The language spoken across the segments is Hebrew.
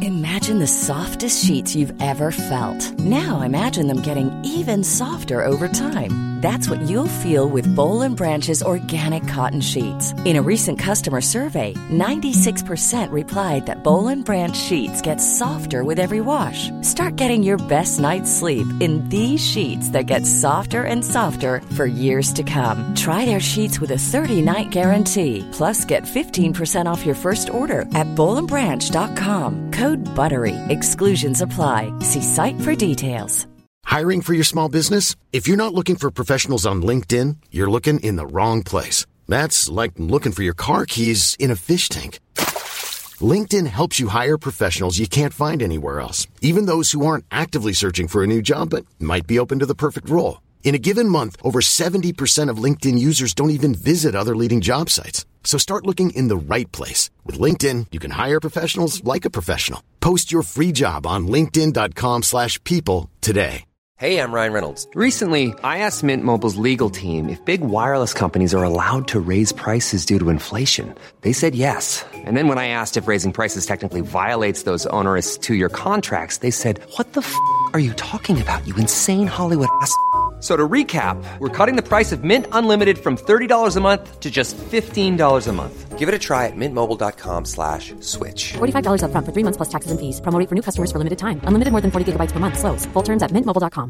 Imagine the softest sheets you've ever felt. Now imagine them getting even softer over time. That's what you'll feel with Boll & Branch's organic cotton sheets. In a recent customer survey, 96% replied that Boll & Branch sheets get softer with every wash. Start getting your best night's sleep in these sheets that get softer and softer for years to come. Try their sheets with a 30-night guarantee. Plus, get 15% off your first order at bollandbranch.com. Code BUTTERY. Exclusions apply. See site for details. Hiring for your small business? If you're not looking for professionals on LinkedIn, you're looking in the wrong place. That's like looking for your car keys in a fish tank. LinkedIn helps you hire professionals you can't find anywhere else, even those who aren't actively searching for a new job but might be open to the perfect role. In a given month, over 70% of LinkedIn users don't even visit other leading job sites. So start looking in the right place. With LinkedIn, you can hire professionals like a professional. Post your free job on linkedin.com/people today. Hey, I'm Ryan Reynolds. Recently, I asked Mint Mobile's legal team if big wireless companies are allowed to raise prices due to inflation. They said yes. And then when I asked if raising prices technically violates those onerous two-year contracts, they said, "What the are you talking about, you insane Hollywood ass?" So to recap, we're cutting the price of Mint Unlimited from $30 a month to just $15 a month. Give it a try at mintmobile.com/switch. $45 up front for 3 months plus taxes and fees. Promo rate for new customers for limited time. Unlimited more than 40 gigabytes per month. Slows full terms at mintmobile.com.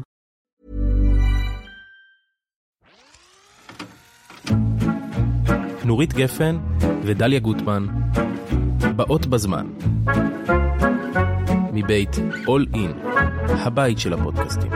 נורית גפן ודליה גוטמן באות בזמן מבית All In, הבית של הפודקאסטים.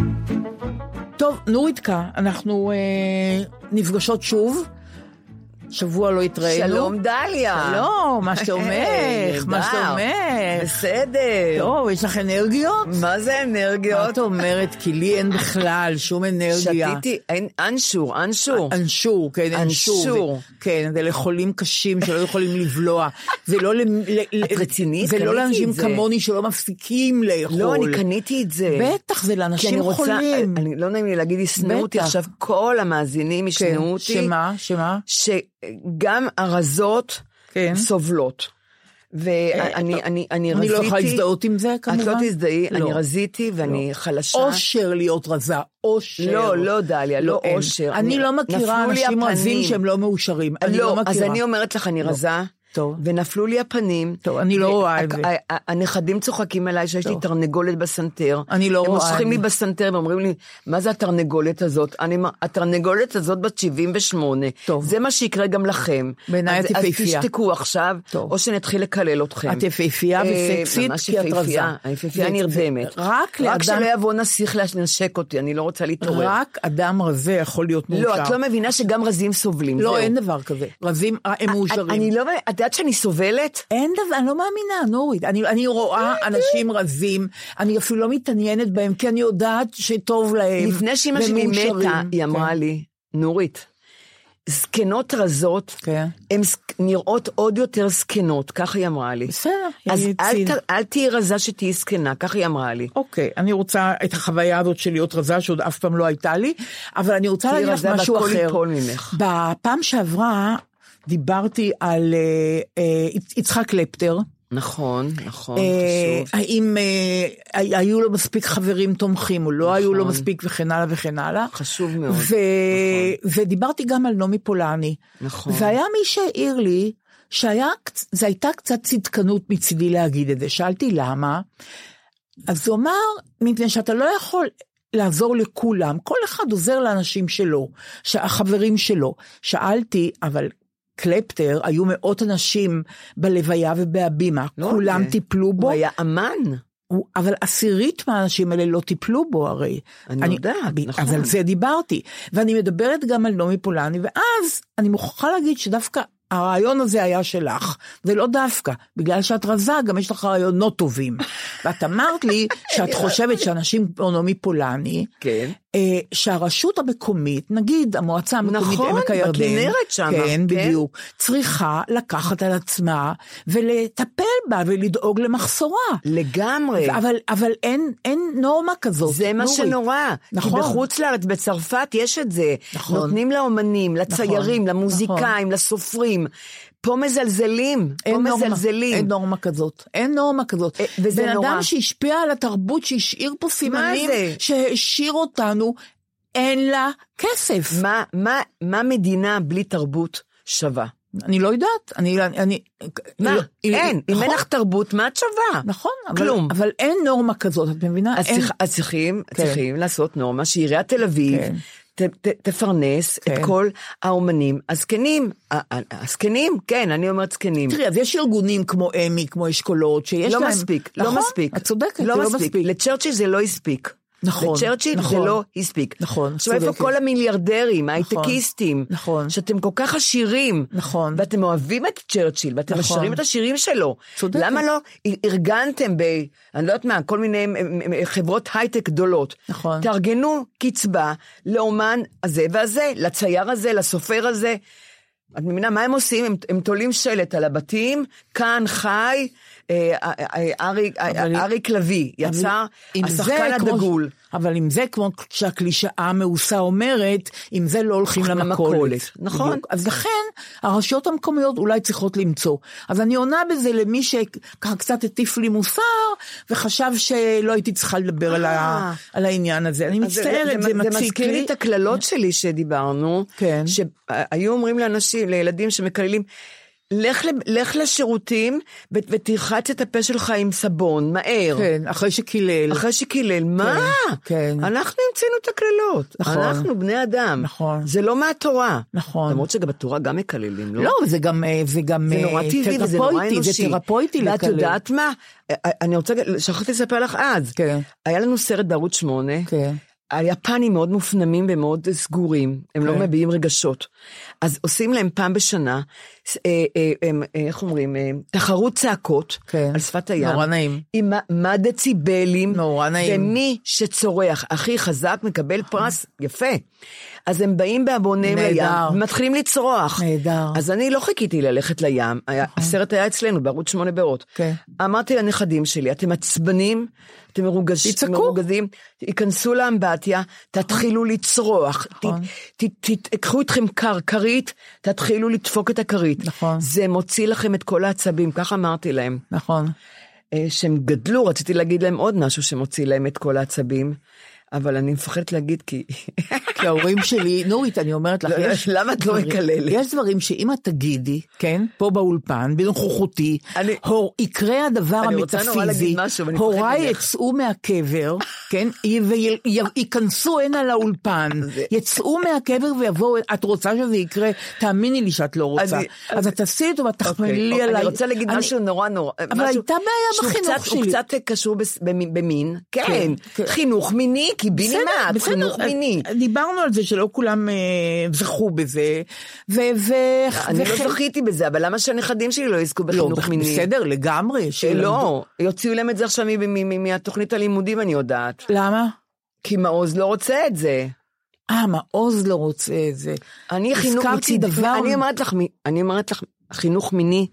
טוב, נוריתקה, אנחנו נפגשות שוב. שבוע לא התראינו. שלום דליה. שלום, מה שלומך? מה שלומך? בסדר. טוב, יש לך אנרגיות? מה זה אנרגיות? מה את אומרת? כי לי אין בכלל שום אנרגיה. שתיתי, אנשור. אנשור, כן, אנשור. כן, זה לחולים קשים שלא יכולים לבלוע. זה לא את רצינית? זה לא לאנשים כמוני שלא מפסיקים לאכול. לא, אני קניתי את זה. בטח, זה לאנשים חולים. אני לא נעים לי להגיד, יסנעו אותי עכשיו, כל המאזינים ישנעו אותי. שמה? שגם הרזות סובלות. ואני רזיתי. אני לא יכולה להזדהות עם זה, כמובן. את לא תזדהי, אני רזיתי ואני חלשה. אושר להיות רזה, אושר. לא דליה, לא אושר. אני לא מכירה אנשים רזים שהם לא מאושרים. לא, אז אני אומרת לך, אני רזה. ונפלו לי הפנים. טוב, אני לא רואה את זה. הנכדים צוחקים אליי שיש לי תרנגולת בסנטר. אני לא רואה. הם מושכים לי בסנטר ואומרים לי, מה זה התרנגולת הזאת? התרנגולת הזאת בת 78. זה מה שיקרה גם לכם. בעיניי את יפהפייה. אז תשתקו עכשיו, או שנתחיל לקלל אתכם. את יפהפייה וסקסית, כי את רזה. היפהפייה נרדמת. רק שלא יבוא נסיך לנשק אותי, אני לא רוצה להתעורר. רק אדם רזה יכול להיות מאושר. לא, את לא מבינה שגם רזים סובלים. לא, אין דבר כזה. רזים הם מאושרים. אני לא, את יודעת שאני סובלת? אין דבר, אני לא מאמינה, נורית. אני רואה אנשים רזים, אני אפילו לא מתעניינת בהם, כי אני יודעת שטוב להם. לפני שאמא שלי מתה, היא אמרה לי, נורית, זקנות רזות, הן נראות עוד יותר זקנות, כך היא אמרה לי. בסדר. אז אל תהי רזה שתהי זקנה, כך היא אמרה לי. אוקיי, אני רוצה את החוויה הזאת של להיות רזה, שעוד אף פעם לא הייתה לי, אבל אני רוצה להגיד לך משהו אחר. בפעם שעברה, דיברתי על יצחק קלפטר. נכון. האם היו לו מספיק חברים תומכים, או לא היו לו מספיק וכן הלאה וכן הלאה. חשוב מאוד. ודיברתי גם על נעמי פולני. נכון. והיה מי שהעיר לי, זה הייתה קצת צדקנות מצידי להגיד את זה. שאלתי למה, אז הוא אמר, מפני שאתה לא יכול לעזור לכולם, כל אחד עוזר לאנשים שלו, החברים שלו. שאלתי, אבל קלפטר, היו מאות אנשים בלוויה ובהבימה, כולם טיפלו בו. הוא היה אמן. אבל עשירית מהאנשים האלה לא טיפלו בו הרי. אני יודעת, נכון. אז על זה דיברתי. ואני מדברת גם על נעמי פולני, ואז אני מוכרחה להגיד שדווקא הרעיון הזה היה שלך, ולא דווקא, בגלל שאת רזה, גם יש לך רעיונות טובים. ואת אמרת לי שאת חושבת שאנשים כמו נעמי פולני, שהרשות המקומית, נגיד המועצה המקומית עמק הירדן, בכנרת שם, כן, בדיוק, צריכה לקחת על עצמה, ולטפל בה, ולדאוג למחסורה. לגמרי. אבל אין נורמה כזאת. זה מה שנורא. נכון. כי בחוץ לארץ, בצרפת יש את זה. נכון. נותנים לאומנים, לציירים, למוזיקאים, לסופרים, פה מזלזלים, אין נורמה כזאת, בן אדם שהשפיע על התרבות, שהשאיר פה סימנים, שהשאיר אותנו, אין לה כסף. מה מדינה בלי תרבות שווה? אני לא יודעת, מה? אין, אם אין לך תרבות, מה את שווה? נכון, כלום. אבל אין נורמה כזאת, את מבינה? אז צריכים לעשות נורמה, שעיריית תל אביב תפרנס את כל האומנים הזקנים, כן, אני אומרת זקנים. תראי, אז יש ארגונים כמו אמי, כמו אשכולות, שיש להם... לא מספיק. את צודקת, זה לא מספיק. לצ'רצ'יל זה לא הספיק. נכון. לצ'רצ'יל זה לא הספיק. נכון. עכשיו איפה כל המיליארדרים, ההייטקיסטים, שאתם כל כך עשירים, ואתם אוהבים את צ'רצ'יל, ואתם משרים את השירים שלו. למה לא ארגנתם אני לא יודעת מה, כל מיני חברות הייטק גדולות. תארגנו קצבה לאומן הזה והזה, לצייר הזה, לסופר הזה. את מבינה, מה הם עושים? הם תולים שלט על הבתים, כאן חי, אריק לוי, יצא השחקן הדגול. אבל עם זה, כמו שהקלישאה המאוסה אומרת, עם זה לא הולכים למכולת. נכון. אז לכן, הרשויות המקומיות אולי צריכות למצוא. אז אני עונה בזה למי שככה קצת הטיף לי מוסר, וחשב שלא הייתי צריכה לדבר על העניין הזה. אני מצטערת, זה מציק לי. זה מזכיר לי את הכללות שלי שדיברנו, שהיו אומרים לאנשים, לילדים שמקללים, לך לשירותים ותרחץ את הפה שלך עם סבון, מהר. כן, אחרי שקילל. מה? כן. אנחנו המצאנו את הכללות. אנחנו בני אדם. נכון. זה לא מהתורה. נכון. למרות שגם בתורה גם מקללים, לא? לא, זה גם זה נורא טבעי וזה נורא אנושי. זה תרפויטי לקלל. ואת יודעת מה? אני רוצה, שכחתי לספר לך אז. כן. היה לנו סרט בערוץ 8. כן. היפנים מאוד מופנמים ומאוד סגורים, הם לא מביעים רגשות. אז עושים להם פעם בשנה, איך אומרים, תחרות צעקות על שפת הים. נורא נעים. עם מה דציבלים. נורא נעים. ומי שצורח הכי חזק מקבל פרס יפה. אז הם באים באבונם לים, ומתחילים לצרוח. נהדר. אז אני לא חיכיתי ללכת לים, הסרט היה אצלנו, בערוץ 8 באורות. אמרתי לנכדים שלי, אתם עצבנים, אתם מרוגזים, ייכנסו לאמבטיה, תתחילו לצרוח, תקחו אתכם כרית, תתחילו לדפוק את הכרית. זה מוציא לכם את כל העצבים, כך אמרתי להם. נכון. שהם גדלו, רציתי להגיד להם עוד משהו שמוציא להם את כל העצבים, אבל אני מפחדת להגיד כי ההורים שלי, נורית, אני אומרת לך, למה את לא מקללת? יש דברים שאם את תגידי, כן, פה באולפן, בנוכחותי, יקרה הדבר המטאפיזי, הוריי יצאו מהקבר, כן, ויכנסו הנה לאולפן, יצאו מהקבר ויבואו, את רוצה שזה יקרה, תאמיני לי שאת לא רוצה, אז את תעשי אותו ותחמלי עליי. אני רוצה להגיד משהו נורא, אבל הייתה בעיה בחינוך שלי. הוא קצת קשור במין, כן, חינוך מיני, קיבינימט, חינוך מיני. דיברנו על זה שלא כולם זכו בזה, אני לא זכיתי בזה, אבל למה שהנכדים שלי לא יזכו בחינוך מיני? בסדר, לגמרי. לא, יוציאו להם את זה עכשיו מהתוכנית הלימודים, אני יודעת. למה? כי מעוז לא רוצה את זה. מעוז לא רוצה את זה. אני אומרת לך, חינוך מיני,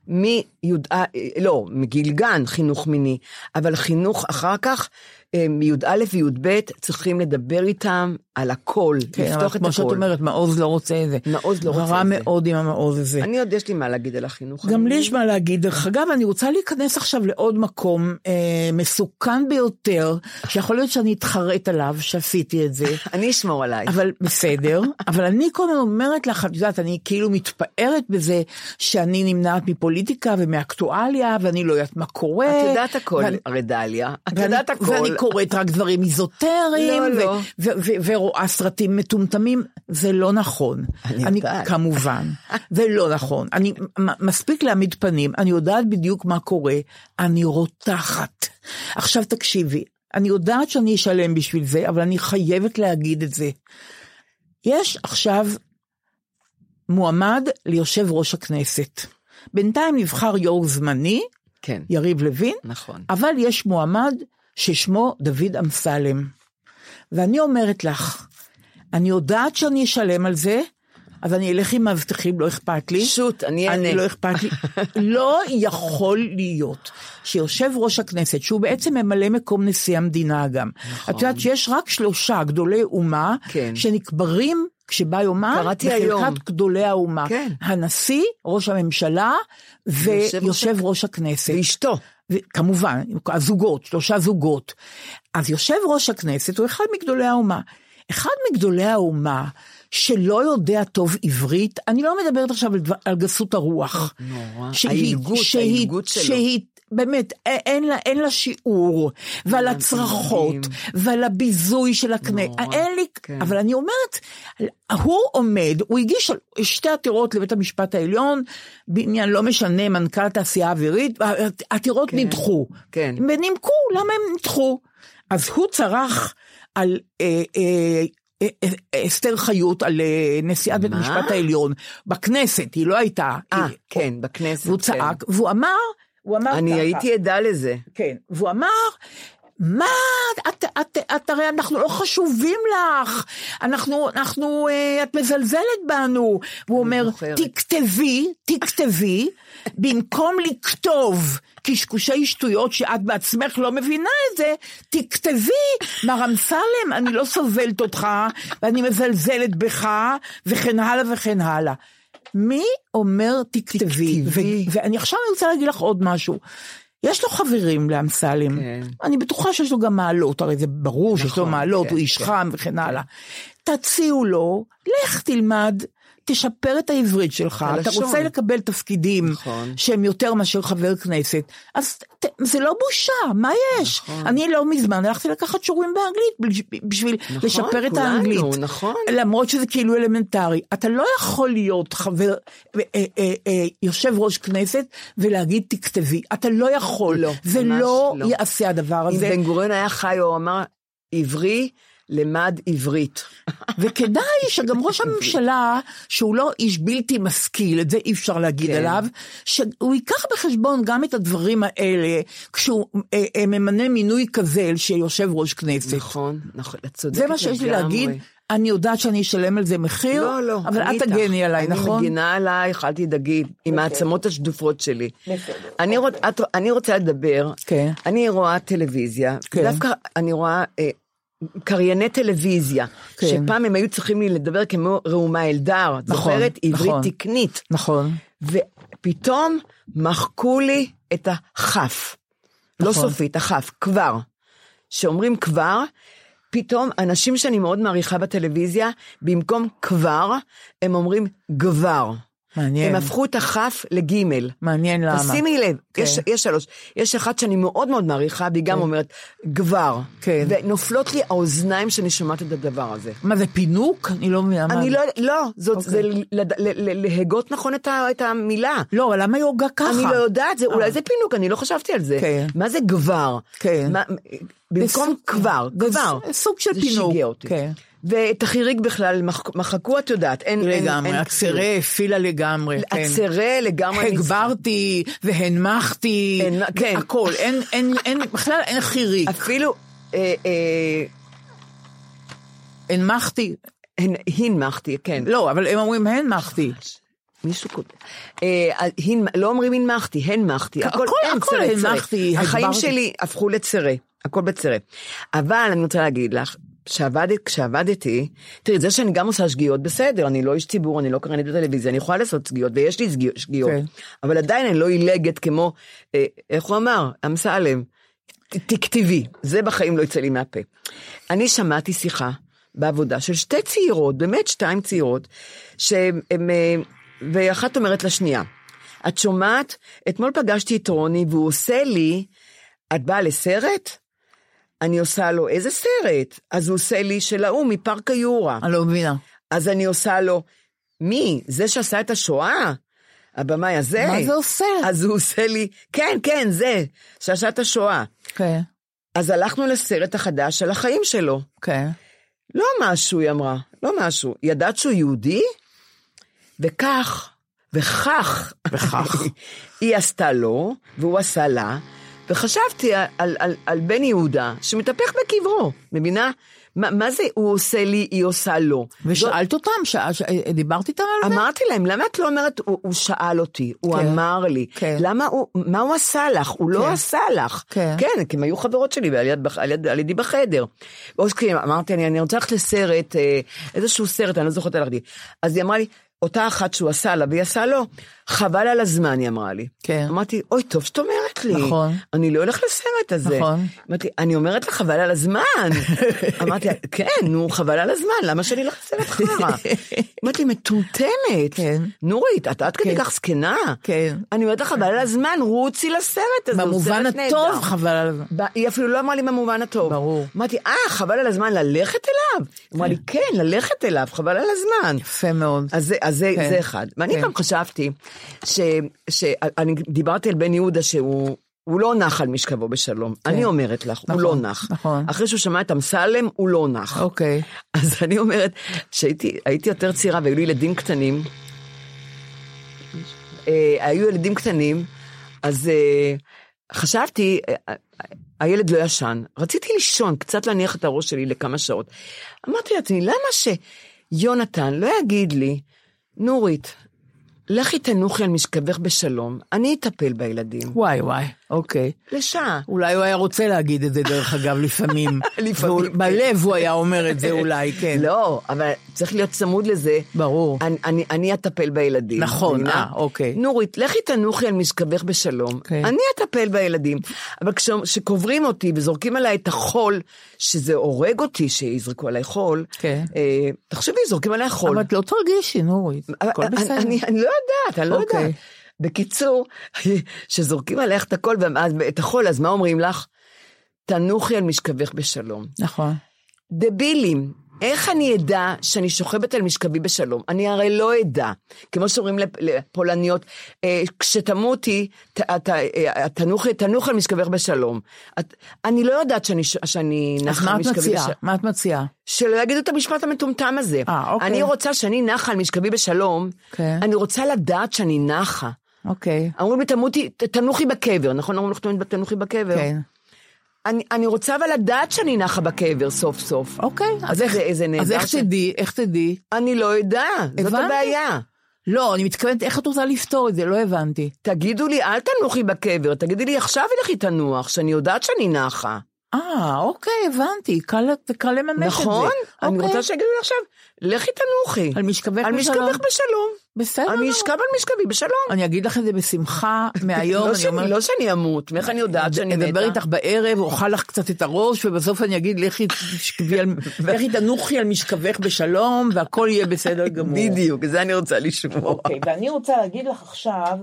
מגיל גן חינוך מיני, אבל חינוך אחר כך, מי"א וי"ב צריכים לדבר איתם על הכל, כן, לפתוח את הכל. כמו שאת אומרת, מעוז לא רוצה את זה. מעוז לא רוצה את זה. רע מאוד עם המעוז הזה. אני עוד יש לי מה להגיד על החינוך. גם לי יש מה להגיד. דרך אגב, אני רוצה להיכנס עכשיו לעוד מקום מסוכן ביותר, שיכול להיות שאני אתחרט עליו, שעשיתי את זה. אני אשמור עליי. אבל בסדר. אבל אני קודם אומרת לך, את יודעת, אני כאילו מתפארת בזה, שאני נמנעת מפוליטיקה ומאקטואליה, ואני לא יודעת מה קורה. את יודעת הכל, רדליה. את יודעת הכל. ואני קוראת רק דברים איזוטריים, ורואה סרטים מטומטמים, זה לא נכון. אני כמובן, זה לא נכון. אני מספיק להעמיד פנים, אני יודעת בדיוק מה קורה, אני רותחת. עכשיו תקשיבי, אני יודעת שאני אשלם בשביל זה, אבל אני חייבת להגיד את זה. יש עכשיו מועמד ליושב ראש הכנסת. בינתיים נבחר יו"ר זמני, כן. יריב לוין, נכון. אבל יש מועמד ששמו דוד אמסלם. ואני אומרת לך, אני יודעת שאני אשלם על זה, אז אני אלך עם מבטחים, לא אכפת לי. שוט, אני אענה. לא אכפת לי. לא יכול להיות שיושב ראש הכנסת, שהוא בעצם ממלא מקום נשיא המדינה גם. נכון. את יודעת שיש רק 3 גדולי אומה, כן. שנקברים כשבא יומן, בחלקת גדולי האומה. כן. הנשיא, ראש הממשלה, ויושב ראש הכנסת. ואשתו. כמובן, הזוגות, 3 זוגות. אז יושב ראש הכנסת, הוא אחד מגדולי האומה. אחד מגדולי האומה, שלא יודע טוב עברית, אני לא מדברת עכשיו על גסות הרוח. נורא. ההילגות שלו. באמת, אין לה שיעור, ועל הצרחות, ועל הביזוי של הכנסת, אין לי, אבל אני אומרת, הוא הגיש 2 עתירות לבית המשפט העליון, בעניין לא משנה, מנכ"ל תעשייה אווירית, העתירות נדחו, ונימקו, למה הם נדחו? אז הוא צרח על אסתר חיות, על נשיאת בית המשפט העליון, בכנסת, היא לא הייתה. כן, בכנסת. והוא צעק, והוא אמר, אני הייתי עדה לזה. כן, והוא אמר, מה, את הרי אנחנו לא חשובים לך, את מזלזלת בנו. והוא אומר, תכתבי, במקום לכתוב קשקושי שטויות שאת בעצמך לא מבינה את זה, תכתבי, מר אמסלם, אני לא סובלת אותך, ואני מזלזלת בך, וכן הלאה וכן הלאה. מי אומר תכתבי? ואני עכשיו רוצה להגיד לך עוד משהו. יש לו חברים לאמסלם. אני בטוחה שיש לו גם מעלות, הרי זה ברור שיש לו מעלות, הוא איש חם וכן הלאה. תציעו לו, לך תלמד, תשפר את העברית שלך, אתה רוצה לקבל תפקידים שהם יותר מאשר חבר כנסת, אז זה לא בושה, מה יש? אני לא מזמן הלכתי לקחת שיעורים באנגלית, בשביל לשפר את האנגלית, למרות שזה כאילו אלמנטרי. אתה לא יכול להיות חבר, יושב ראש כנסת, ולהגיד תכתבי, אתה לא יכול, זה לא יעשה הדבר הזה. אם בן גוריון היה חי, הוא אמר, עברי, למד עברית. וכדאי שגם ראש הממשלה, שהוא לא איש בלתי משכיל, את זה אי אפשר להגיד עליו, שהוא ייקח בחשבון גם את הדברים האלה, כשהוא ממנה מינוי כזה שיושב ראש כנסת. נכון, צודקת. זה מה שיש לי להגיד, אני יודעת שאני אשלם על זה מחיר, אבל את תגני עליי, נכון? אני מגינה עלייך, אל תדאגי, עם העצמות השדופות שלי. אני רוצה לדבר, אני רואה טלוויזיה, דווקא אני רואה קרייני טלוויזיה, שפעם הם היו צריכים לי לדבר כמו ראומה אלדר, זוכרת עברית תקנית. נכון. ופתאום מחקו לי את החף. לא סופית, החף, כבר. שאומרים כבר, פתאום אנשים שאני מאוד מעריכה בטלוויזיה, במקום כבר, הם אומרים גבר. מעניין. הם הפכו את החף לגימל. מעניין למה. תשימי לב, יש 3. יש אחד שאני מאוד מאוד מעריכה, והיא גם אומרת, גבר. ונופלות לי האוזניים שאני שומעת את הדבר הזה. מה זה פינוק? אני לא מבינה. לא, זה להגות נכון את המילה. לא, אבל למה היא הוגה ככה? אני לא יודעת, אולי זה פינוק, אני לא חשבתי על זה. מה זה גבר? במקום כבר, גבר. סוג של פינוק. זה שיגע אותי. ואת החיריק בכלל מחקו, את יודעת, לגמרי, הצרה הפילה לגמרי. הצרה לגמרי. הגברתי והנמכתי, הכל, בכלל אין חיריק. אפילו, הנמכתי. הנמכתי, כן. לא, אבל הם אומרים הנמכתי. מישהו כותב. לא אומרים הנמכתי, הנמכתי. הכל הנמכתי. החיים שלי הפכו לצרה, הכל בצרה. אבל אני רוצה להגיד לך, כשעבדתי, תראי, זה שאני גם עושה שגיאות, בסדר, אני לא איש ציבור, אני לא קרנית בטלוויזיה, אני יכולה לעשות שגיאות, ויש לי שגיאות, אבל עדיין אני לא ילגת כמו, איך הוא אמר, אמסלם, תכתבי, זה בחיים לא יצא לי מהפה. אני שמעתי שיחה בעבודה של 2 צעירות, באמת 2 צעירות, ואחת אומרת לשנייה, את שומעת, אתמול פגשתי את רוני, והוא עושה לי, את באה לסרט? אני עושה לו, איזה סרט? אז הוא עושה לי של האום, מפארק היורה. אני לא מבינה. אז אני עושה לו, מי? זה שעשה את השואה? הבמאי הזה? מה זה עושה? אז הוא עושה לי, כן, זה, שעשה את השואה. כן. אז הלכנו לסרט החדש על החיים שלו. כן. לא משהו, היא אמרה, לא משהו. ידעת שהוא יהודי? וכך, היא עשתה לו, והוא עשה לה, וחשבתי על בן יהודה, שמתהפך בקברו, מבינה? מה זה הוא עושה לי, היא עושה לו. ושאלת אותם, דיברת איתם על זה? אמרתי להם, למה את לא אומרת, הוא שאל אותי, הוא אמר לי, מה הוא עשה לך? הוא לא עשה לך. כן, כי הם היו חברות שלי על ידי בחדר. אמרתי, אני רוצה ללכת לסרט, איזשהו סרט, אני לא זוכרת הלכתי. אז היא אמרה לי, אותה אחת שהוא עשה לה, והיא עשה לו, חבל על הזמן, היא אמרה לי. כן. אמרתי, אוי, טוב שאת אומרת לי. נכון. אני לא הולך לסרט הזה. נכון. אמרתי, אני אומרת לך, חבל על הזמן. אמרתי, כן, נו, חבל על הזמן, למה שאני הולך לסרט חרה? אמרתי, מטומטמת. כן. נורית, את עד כדי כך סקנה. כן. אני אומרת לך, חבל על הזמן, רוצי לסרט הזה. במובן הטוב, חבל על הזמן. היא אפילו לא אמרה לי במובן הטוב. ברור. אמרתי, חבל על הזמן ללכת אליו? אמרה לי, כן, ללכת אליו, חבל על הזמן. יפה מאוד. אז זה אחד. ואני גם חשבתי שאני דיברתי על בן יהודה שהוא לא נח על משכבו בשלום. אני אומרת לך, הוא לא נח. אחרי שהוא שמע את אמסלם, הוא לא נח. אוקיי. אז אני אומרת שהייתי יותר צעירה והיו לי ילדים קטנים. היו ילדים קטנים, אז חשבתי, הילד לא ישן. רציתי לישון, קצת להניח את הראש שלי לכמה שעות. אמרתי לעצמי, למה שיונתן לא יגיד לי, נורית, לכי תנוחי על משכבך בשלום, אני אטפל בילדים. וואי, אוקיי. לשעה. אולי הוא היה רוצה להגיד את זה דרך אגב לפעמים. בלב הוא היה אומר את זה אולי, כן. לא, אבל צריך להיות צמוד לזה. ברור. אני אטפל בילדים. נכון, אוקיי. נורית, לכי תנוחי על משכבך בשלום, אני אטפל בילדים. אבל כשקוברים אותי וזורקים עליי את החול, שזה הורג אותי שיזרקו עליי חול, תחשבי, זורקים עליי חול. אבל את לא תרגישי, נורית. אני לא יודעת, בקיצור, שזורקים עליך את הכל, את החול, אז מה אומרים לך? תנוחי על משכבך בשלום. נכון. דבילים, איך אני אדע שאני שוכבת על משכבי בשלום? אני הרי לא אדע. כמו שאומרים לפולניות, כשתמותי, תנוח על משכבך בשלום. אני לא יודעת שאני נחה על משכבי בשלום. אז מה את מציעה? שלא יגידו את המשפט המטומטם הזה. אוקיי. אני רוצה שאני נחה על משכבי בשלום, אני רוצה לדעת שאני נחה. אוקיי. אמרו לי, תנוחי בקבר, נכון? אמרו לך, תנוחי בקבר. כן. אני רוצה אבל לדעת שאני נחה בקבר סוף סוף. אוקיי. אז איך תדעי? אני לא יודע, זאת הבעיה. לא, אני מתכוונת, איך את רוצה לפתור את זה? לא הבנתי. תגידו לי, אל תנוחי בקבר, תגידי לי, עכשיו לכי תנוח, שאני יודעת שאני נחה. אוקיי, הבנתי, קל לממש את זה. נכון, אני רוצה שיגידו לי עכשיו, לכי תנוחי. על משכבך בשלום. בסדר. אני אשכב על משכבי בשלום. אני אגיד לך את זה בשמחה מהיום. לא שאני אמות, מאיך אני יודעת שאני מתה? אדבר איתך בערב, אוכל לך קצת את הראש, ובסוף אני אגיד, לכי תנוחי על משכבך בשלום, והכל יהיה בסדר גמור. בדיוק, זה אני רוצה לשמוע. אוקיי, ואני רוצה להגיד לך עכשיו,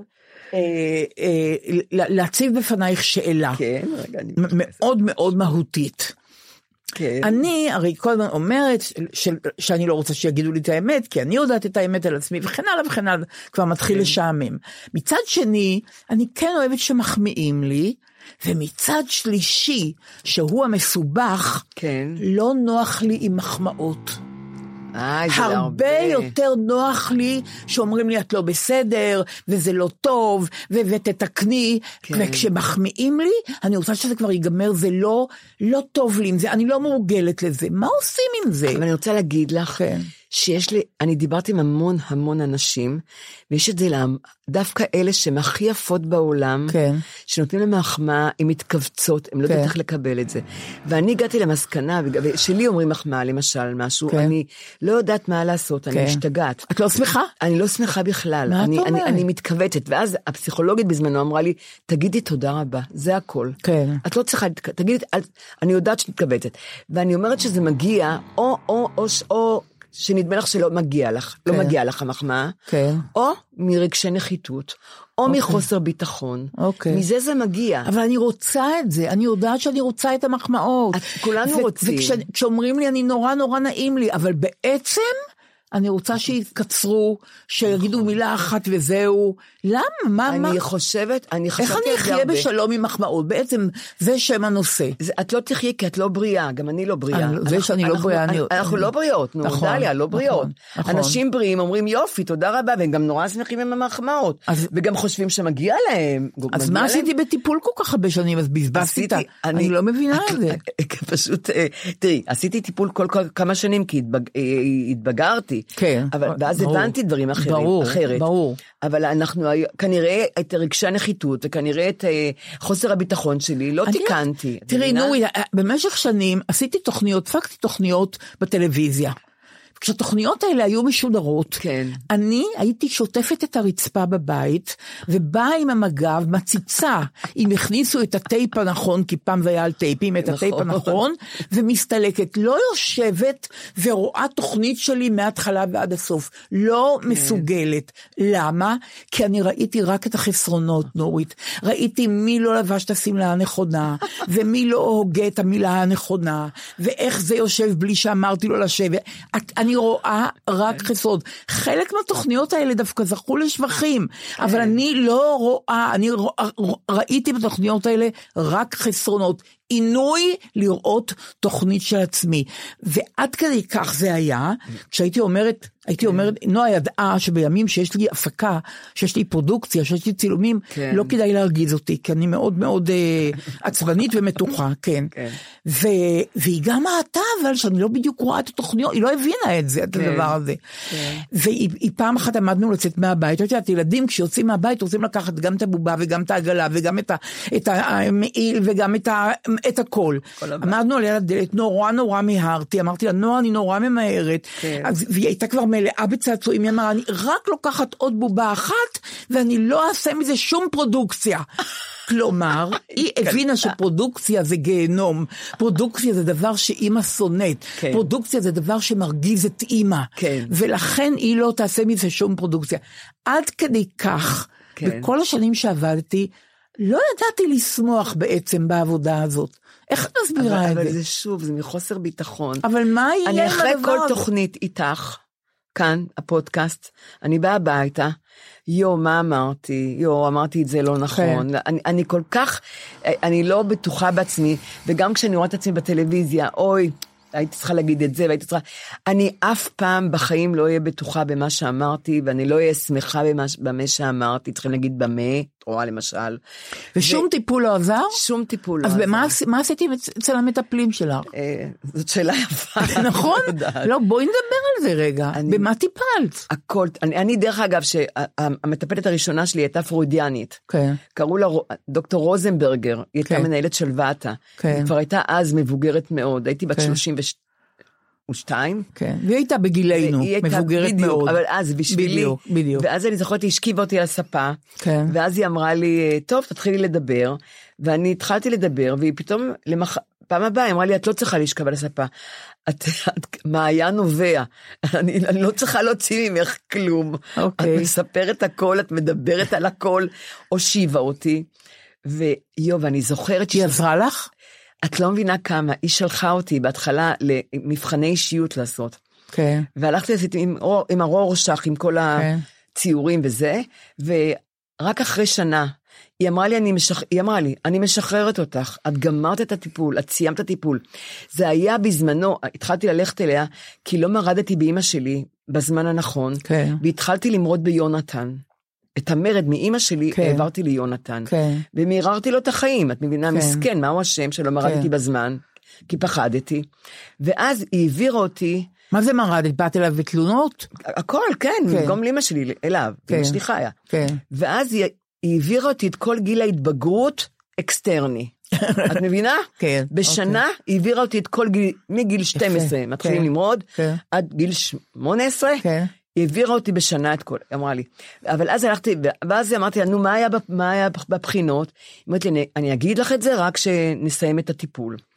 להציב בפנייך שאלה. כן, רגע. מאוד מאוד מהותית. כן. אני הרי כל הזמן אומרת שאני לא רוצה שיגידו לי את האמת, כי אני יודעת את האמת על עצמי, וכן הלאה, כבר מתחיל לשעמם. מצד שני, אני כן אוהבת שמחמיאים לי, ומצד שלישי, שהוא המסובך, לא נוח לי עם מחמאות. הרבה יותר נוח לי שאומרים לי את לא בסדר וזה לא טוב ותתקני, וכשמחמיאים לי אני רוצה שזה כבר ייגמר, זה לא טוב לי עם זה, אני לא מורגלת לזה, מה עושים עם זה? אבל אני רוצה להגיד לך שיש לי, אני דיברתי עם המון אנשים, ויש את זה דווקא אלה שהן הכי יפות בעולם, שנותנים להם מחמאה, הן מתכווצות, הן לא יודעת איך לקבל את זה. ואני הגעתי למסקנה, שלי אומרים מחמאה, למשל משהו, אני לא יודעת מה לעשות, אני משתגעת. את לא שמחה? אני לא שמחה בכלל, אני מתכווצת, ואז הפסיכולוגית בזמנו אמרה לי, תגידי תודה רבה, זה הכל. את לא צריכה, תגידי, אני יודעת שאת מתכווצת. ואני אומרת שזה מגיע, או שנדמה לך שלא מגיע לך, לא מגיע לך המחמאה, או מרגשי נחיתות, או מחוסר ביטחון, מזה זה מגיע. אבל אני רוצה את זה, אני יודעת שאני רוצה את המחמאות. כולנו רוצים. וכשאומרים לי, אני נורא נעים לי, אבל בעצם אני רוצה שיתקצרו, שיגידו מילה אחת וזהו. למה? מה? אני חושבת... איך אני אחיה בשלום עם מחמאות? בעצם זה שם הנושא. את לא תחיה כי את לא בריאה, גם אני לא בריאה. זה שאני לא בריאה. אנחנו לא בריאות, נו, דליה, לא בריאות. אנשים בריאים אומרים יופי, תודה רבה, והם גם נורא שמחים עם המחמאות. וגם חושבים שמגיע להם. אז מה עשיתי בטיפול כל כך הרבה שנים? אז בזבזתי את... אני לא מבינה את זה. פשוט, תראי, עשיתי טיפול כל כמה שנים, כי התבגרתי. כן. ואז הבנתי דברים אחרת. ברור. אבל אנחנו כנראה את רגשי הנחיתות, וכנראה את חוסר הביטחון שלי, לא תיקנתי. תראי, נורי, במשך שנים עשיתי תוכניות, פקתי תוכניות בטלוויזיה. כשהתוכניות האלה היו משודרות, כן. אני הייתי שוטפת את הרצפה בבית, ובאה עם המגב, מציצה, אם הכניסו את הטייפ הנכון, כי פעם זה היה על טייפים, את הטייפ הנכון, ומסתלקת, לא יושבת ורואה תוכנית שלי מההתחלה ועד הסוף, לא מסוגלת. למה? כי אני ראיתי רק את החסרונות, נורית. ראיתי מי לא לבש את השמלה הנכונה, ומי לא הוגה את המילה הנכונה, ואיך זה יושב בלי שאמרתי לו לשבת. אני רואה רק חסוד. חלק מהתוכניות האלה דווקא זכו לשבחים, אבל אני לא רואה, אני ראיתי בתוכניות האלה רק חסרונות. עינוי לראות תוכנית של עצמי. ועד כדי כך זה היה, כשהייתי אומרת, נועה ידעה שבימים שיש לי הפקה, שיש לי פרודוקציה, שיש לי צילומים, לא כדאי להרגיז אותי, כי אני מאוד מאוד עצבנית ומתוחה, כן. והיא גם ראתה, אבל שאני לא בדיוק רואה את התוכניות, היא לא הבינה את זה, את הדבר הזה. והיא פעם אחת עמדנו לצאת מהבית, יודעת, ילדים כשיוצאים מהבית, רוצים לקחת גם את הבובה, וגם את העגלה, וגם את המעיל, וגם את הכל. עמדנו על יד הדלת, נורא מהרתי, אמרתי לה, נועה, אני נורא ממהרת, והיא הייתה כבר מלאה בצעצועים, היא אמרה, אני רק לוקחת עוד בובה אחת, ואני לא אעשה מזה שום פרודוקציה. כלומר, היא הבינה שפרודוקציה זה גיהנום, פרודוקציה זה דבר שאימא שונאת, פרודוקציה זה דבר שמרגיז את אימא, ולכן היא לא תעשה מזה שום פרודוקציה. עד כדי כך, בכל השנים שעבדתי, לא ידעתי לשמוח בעצם בעבודה הזאת. איך את מסבירה את זה? אבל זה שוב, זה מחוסר ביטחון. אבל מה יהיה אני אחרי כל תוכנית איתך, כאן, הפודקאסט, אני באה הביתה, מה אמרתי? אמרתי את זה לא נכון. אני כל כך, אני לא בטוחה בעצמי, וגם כשאני רואה את עצמי בטלוויזיה, אוי, הייתי צריכה להגיד את זה, אני אף פעם בחיים לא אהיה בטוחה במה שאמרתי, ואני לא אהיה שמחה במה שאמרתי, צריכים להגיד במה, רואה למשל. ושום טיפול לא עזר? שום טיפול לא עזר. אז מה עשיתי אצל המטפלים שלך? זאת שאלה יפה. נכון? לא, בואי נדבר על זה רגע. במה טיפלת? הכל, אני דרך אגב, שהמטפלת הראשונה שלי הייתה פרוידיאנית. כן. קראו לה דוקטור רוזנברגר, היא הייתה מנהלת שלוותה. היא כבר הייתה אז מבוגרת מאוד, הייתי בת 32. כן, והיא הייתה בגילנו, מבוגרת מאוד. אבל אז בשבילי, בדיוק. ואז אני זוכרת, היא השכיבה אותי על הספה, ואז היא אמרה לי, טוב, תתחילי לדבר, ואני התחלתי לדבר, והיא פתאום, פעם הבאה, היא אמרה לי, את לא צריכה להשכב על הספה, מה היה נובע, אני לא צריכה להוציא ממך כלום, את מספרת הכל, את מדברת על הכל, הושיבה אותי, ואני זוכרת היא עזרה לך? את לא מבינה כמה, היא שלחה אותי בהתחלה למבחני אישיות לעשות. כן. והלכתי לעשות עם הרורשך, עם כל הציורים וזה, ורק אחרי שנה, היא אמרה לי, אני משחררת אותך, את גמרת את הטיפול, את סיימת את הטיפול. זה היה בזמנו, התחלתי ללכת אליה, כי לא מרדתי באמא שלי בזמן הנכון, והתחלתי למרוד ביונתן. את המרד מאמא שלי העברתי ליונתן, ומיררתי לו את החיים, את מבינה מסכן, מהו השם שלא מרדתי בזמן, כי פחדתי, ואז היא העבירה אותי, מה זה מרדת? באת אליו בתלונות? הכל, כן, גם לאמא שלי אליו, אמא שלי חיה, ואז היא העבירה אותי את כל גיל ההתבגרות אקסטרני, את מבינה? כן. בשנה היא העבירה אותי את כל גיל, מגיל 12, מתחילים למרוד, עד גיל 18, היא העבירה אותי בשנה את כל, אמרה לי, אבל אז הלכתי, ואז אמרתי, נו, מה היה בבחינות? אמרתי לי, אני אגיד לך את זה רק שנסיים את הטיפול.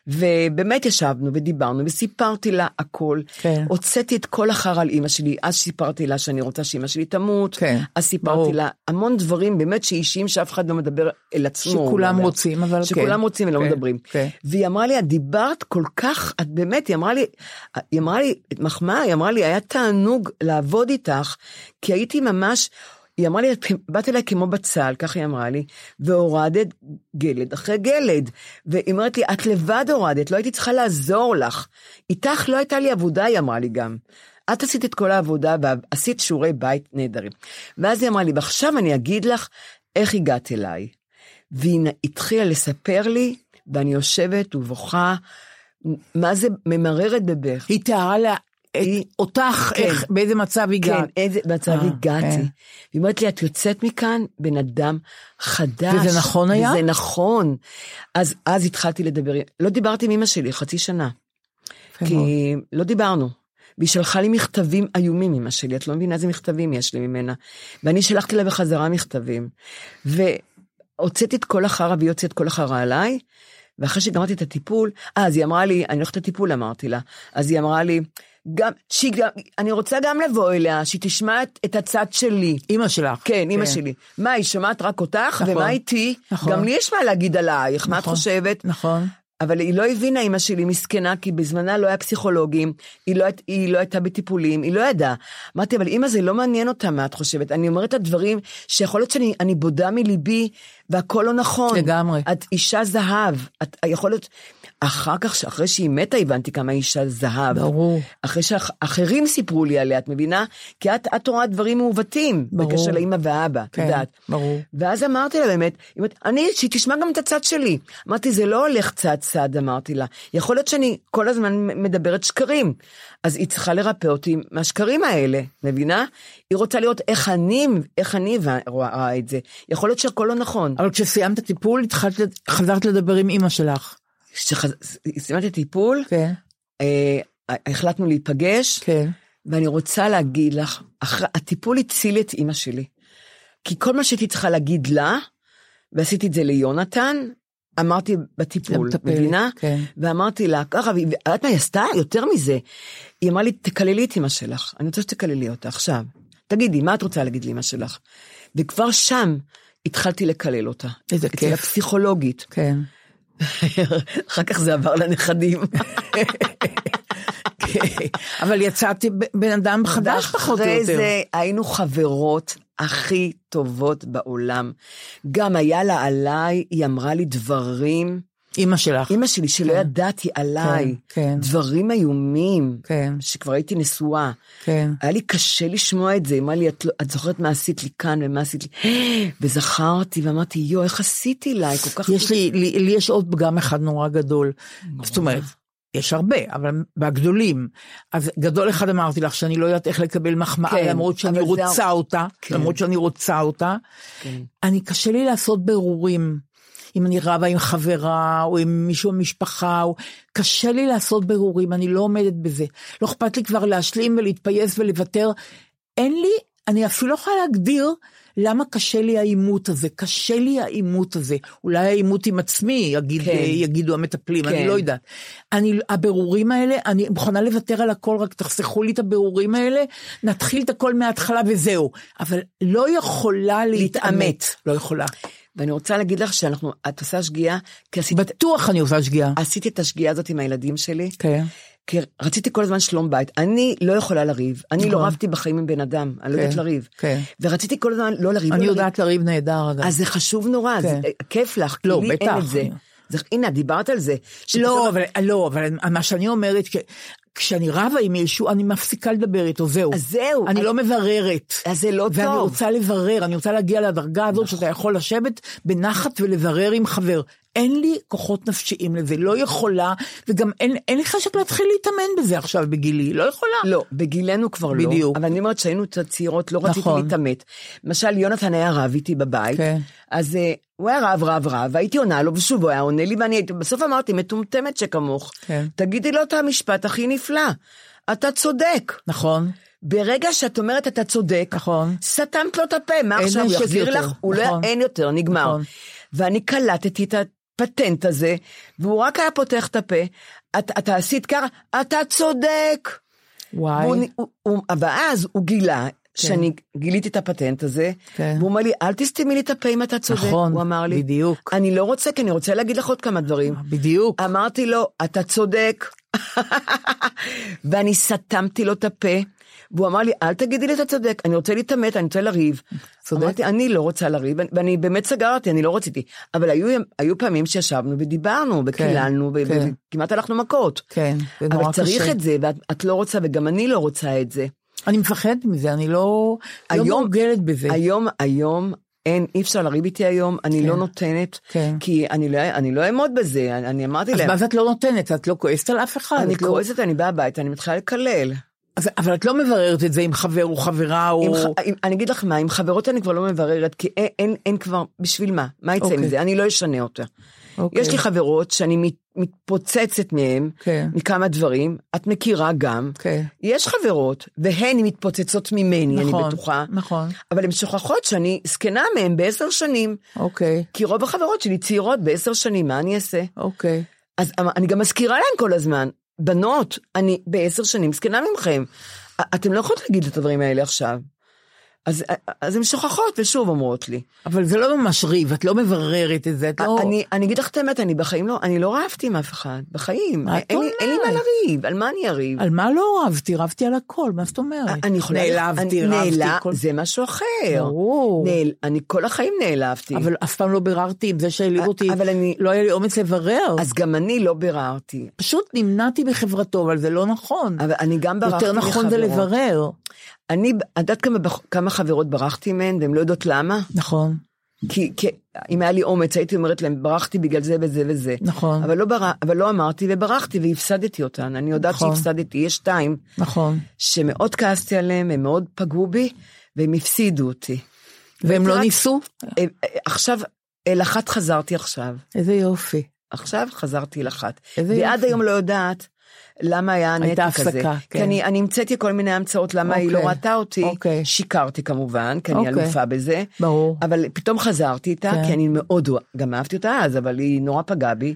ובאמת ישבנו ודיברנו, וסיפרתי לה הכל, הוצאתי את כל החר על אמא שלי, אז סיפרתי לה שאני רוצה שאמא שלי תמות, אז סיפרתי לה המון דברים, באמת שאישיים שאף אחד לא מדבר אל עצמו. שכולם רוצים, אבל שכולם רוצים ולא מדברים. והיא אמרה לי, את דיברת כל כך, את באמת, היא אמרה לי, מחמאה, היא אמרה לי, היה תענוג לעבוד איתך, כי הייתי ממש, היא אמרה לי, באת אליי כמו בצל, כך היא אמרה לי, והורדת גלד אחרי גלד, והיא אמרת לי, את לבד הורדת, לא הייתי צריכה לעזור לך, איתך לא הייתה לי עבודה, היא אמרה לי גם, את עשית את כל העבודה, ועשית שיעורי בית נהדרים, ואז היא אמרה לי, ועכשיו אני אגיד לך, איך הגעת אליי, והיא התחילה לספר לי, ואני יושבת ובוכה, מה זה ממררת בבך. היא תיארה לה, אותך, באיזה מצב הגעת. כן, איזה מצב הגעתי. היא אומרת לי, את יוצאת מכאן בן אדם חדש. וזה נכון היה? וזה נכון. אז התחלתי לדבר, לא דיברתי עם אמא שלי, חצי שנה. כי לא דיברנו. והיא שלחה לי מכתבים איומים, אמא שלי, את לא מבינה איזה מכתבים יש לי ממנה. ואני שלחתי לה בחזרה מכתבים. והוצאתי את כל החרה, והיא הוצאת כל החרה עליי, ואחרי שגמרתי את הטיפול, אז היא אמרה לי, אני הולכת לטיפול, אמרתי לה, אז היא אמרה לי, אני רוצה גם לבוא אליה, שהיא תשמע את הצד שלי. אמא שלך. כן, אמא שלי. מה, היא שמעת רק אותך, ומה איתי? גם לי יש מה להגיד עלייך, מה את חושבת? נכון. אבל היא לא הבינה, אמא שלי מסכנה, כי בזמנה לא היה פסיכולוגים, היא לא הייתה בטיפולים, היא לא ידעה. אמרתי, אבל אמא זה לא מעניין אותה, מה את חושבת? אני אומרת את הדברים שיכול להיות שאני בודה מליבי, והכל לא נכון. לגמרי. את אישה זהב, את יכול להיות, אחר כך, אחרי שהיא מתה, הבנתי כמה אישה זהב. ברור. אחרי שאחרים סיפרו לי עליה, את מבינה? כי את רואה דברים מעוותים, בקשר לאמא ואבא, כן, יודעת. ברור. ואז אמרתי לה באמת, שהיא תשמע גם את הצד שלי. אמרתי, זה לא הולך צעד, אמרתי לה. יכול להיות שאני כל הזמן מדברת שקרים. אז היא צריכה לרפא אותי מהשקרים האלה, מבינה? היא רוצה לראות איך אני רואה את זה. יכול להיות שהכל לא נכון. אבל כשסיימת הטיפול, חזרת לדבר עם אמא שלך. סיימת הטיפול, החלטנו להיפגש, ואני רוצה להגיד לך, הטיפול הציל את אמא שלי. כי כל מה שהייתי צריכה להגיד לה, ועשיתי את זה ליונתן, אמרתי בטיפול, מבינה? ואמרתי לה, ככה, ואת מה היא עשתה? יותר מזה. היא אמרה לי, תקללי את אמא שלך, אני רוצה שתקללי אותה עכשיו. תגידי, מה את רוצה להגיד לאמא שלך? וכבר שם התחלתי לקלל אותה. איזה כיף. אצל הפסיכולוגית. כן. אחר כך זה עבר לנכדים. אבל יצאתי בן אדם חדש פחות או יותר. אחרי זה היינו חברות הכי טובות בעולם. גם היה לה עליי, היא אמרה לי דברים. אמא שלך. אמא שלי שלא ידעתי עליי. דברים איומים. שכבר הייתי נשואה. היה לי קשה לשמוע את זה. אמרה לי, את זוכרת מה עשית לי כאן ומה עשית לי. וזכרתי ואמרתי, יו, איך עשיתי לה? לי יש עוד פגם אחד נורא גדול. זאת אומרת, יש הרבה, אבל בגדולים. אז גדול אחד אמרתי לך שאני לא יודעת איך לקבל מחמאה, למרות שאני רוצה אותה. אני קשה לי לעשות ברורים. אם אני רבה עם חברה, או עם מישהו במשפחה, קשה לי לעשות ברורים, אני לא עומדת בזה. לא אכפת לי כבר להשלים ולהתפייס ולוותר. אין לי, אני אפילו לא יכולה להגדיר למה קשה לי העימות הזה, אולי העימות עם עצמי, יגידו המטפלים, אני לא יודעת. הבירורים האלה, אני מוכנה לוותר על הכל, רק תחסכו לי את הבירורים האלה, נתחיל את הכל מההתחלה וזהו. אבל לא יכולה להתאמת, לא יכולה. ואני רוצה להגיד לך את עושה שגיאה, בטוח אני עושה שגיאה. עשיתי את השגיאה הזאת עם הילדים שלי, כי רציתי כל הזמן שלום בית, אני לא יכולה לריב, אני לא רבתי בחיים עם בן אדם, אני לא יודעת לריב, ורציתי כל הזמן לא לריב. אני יודעת לריב נהדר. אז זה חשוב נורא, זה כיף לך, כי לי אין את זה. הנה, דיברת על זה. לא, אבל מה שאני אומרת, כשאני רבה עם מישהו, אני מפסיקה לדבר איתו, זהו. אז זהו. אני לא מבררת. אז זה לא טוב. ואני רוצה לברר, אני רוצה להגיע לדרגה הזאת, שאתה יכול לשבת בנחת ולברר עם חבר. אין לי כוחות נפשיים לזה, לא יכולה, וגם אין לי חשק להתחיל להתאמן בזה עכשיו בגילי, לא יכולה. לא, בגילנו כבר לא. בדיוק. אבל אני אומרת שהיינו צעירות, לא רציתי להתאמת. למשל, יונתן היה רב איתי בבית, אז הוא היה רב, והייתי עונה לו, ושוב הוא היה עונה לי, ואני בסוף אמרתי, מטומטמת שכמוך, תגידי לו את המשפט הכי נפלא, אתה צודק. נכון. ברגע שאת אומרת אתה צודק, נכון. סתמת לו את הפה, מה עכשיו הוא יחזיר לך? אין יותר, נגמר. ואני קלטתי את הפטנט הזה, והוא רק היה פותח את הפה, אתה עשית ככה, אתה צודק. וואי. ואז הוא גילה, שאני גיליתי את הפטנט הזה, והוא אומר לי, אל תסתמי לי את הפה אם אתה צודק. נכון, הוא אמר לי, בדיוק. אני לא רוצה, כי אני רוצה להגיד לך עוד כמה דברים. בדיוק. אמרתי לו, אתה צודק. ואני סתמתי לו את הפה, והוא אמר לי, אל תגידי לי אתה צודק, אני רוצה להתאמת, אני רוצה לריב. אמרתי, אני לא רוצה לריב, ואני באמת סגרתי, אני לא רציתי. אבל היו פעמים שישבנו ודיברנו, וקיללנו, וכמעט הלכנו מכות. כן, זה נורא קשה. אבל צריך את זה, ואת לא רוצה, וגם אני לא רוצה את זה. אני מפחדת מזה, אני לא מורגלת בזה. היום, אי אפשר לריב איתי היום, אני לא נותנת, כי אני לא אעמוד בזה, אני אמרתי להם. אז מה את לא נותנת? את לא כועסת על אף אחד? אני כועסת, אני באה הביתה, אני מתחילה לקלל. אבל את לא מבררת את זה עם חבר או חברה או... אני אגיד לך מה, עם חברות אני כבר לא מבררת, כי אין כבר, בשביל מה? מה יצא מזה? אני לא אשנה אותה. יש לי חברות שאני מתפוצצת מהן, מכמה דברים, את מכירה גם, יש חברות, והן מתפוצצות ממני, אני בטוחה, אבל הן שוכחות שאני זקנה מהן ב10 שנים, כי רוב החברות שלי צעירות ב10 שנים, מה אני אעשה? אז אני גם מזכירה להן כל הזמן, בנות, אני ב10 שנים זקנה ממכם, אתם לא יכולות להגיד את הדברים האלה עכשיו. אז הן שוכחות ושוב אומרות לי. אבל זה לא ממש ריב, את לא מבררת את זה, את לא... אני אגיד לך את האמת, אני בחיים לא, אני לא רבתי עם אף אחד, בחיים. אין לי מה לריב, על מה אני אריב? על מה לא רבתי? רבתי על הכל, מה זאת אומרת? נעלבתי, רבתי. זה משהו אחר. אני כל החיים נעלבתי. אבל אף פעם לא ביררתי עם זה שהעליב אותי, לא היה לי אומץ לברר. אז גם אני לא ביררתי. פשוט נמנעתי בחברתו, אבל זה לא נכון. אבל אני גם ברחתי יותר נכון זה לברר. אני יודעת כמה חברות ברחתי מהן, והן לא יודעות למה. נכון. כי אם היה לי אומץ, הייתי אומרת להם, ברחתי בגלל זה וזה וזה. נכון. אבל לא אמרתי, וברחתי, והפסדתי אותן. אני יודעת שהפסדתי, יש 2. נכון. שמאוד כעסתי עליהם, הם מאוד פגעו בי, והם הפסידו אותי. והם לא ניסו? עכשיו, אל אחת חזרתי עכשיו. איזה יופי. עכשיו חזרתי אל אחת. ועד היום לא יודעת, למה היה הנתק הזה? כי אני המצאתי כל מיני המצאות, למה היא לא ראתה אותי, שיקרתי כמובן, כי אני אלופה בזה, אבל פתאום חזרתי איתה, כי אני מאוד, גם אהבתי אותה אז, אבל היא נורא פגעה בי,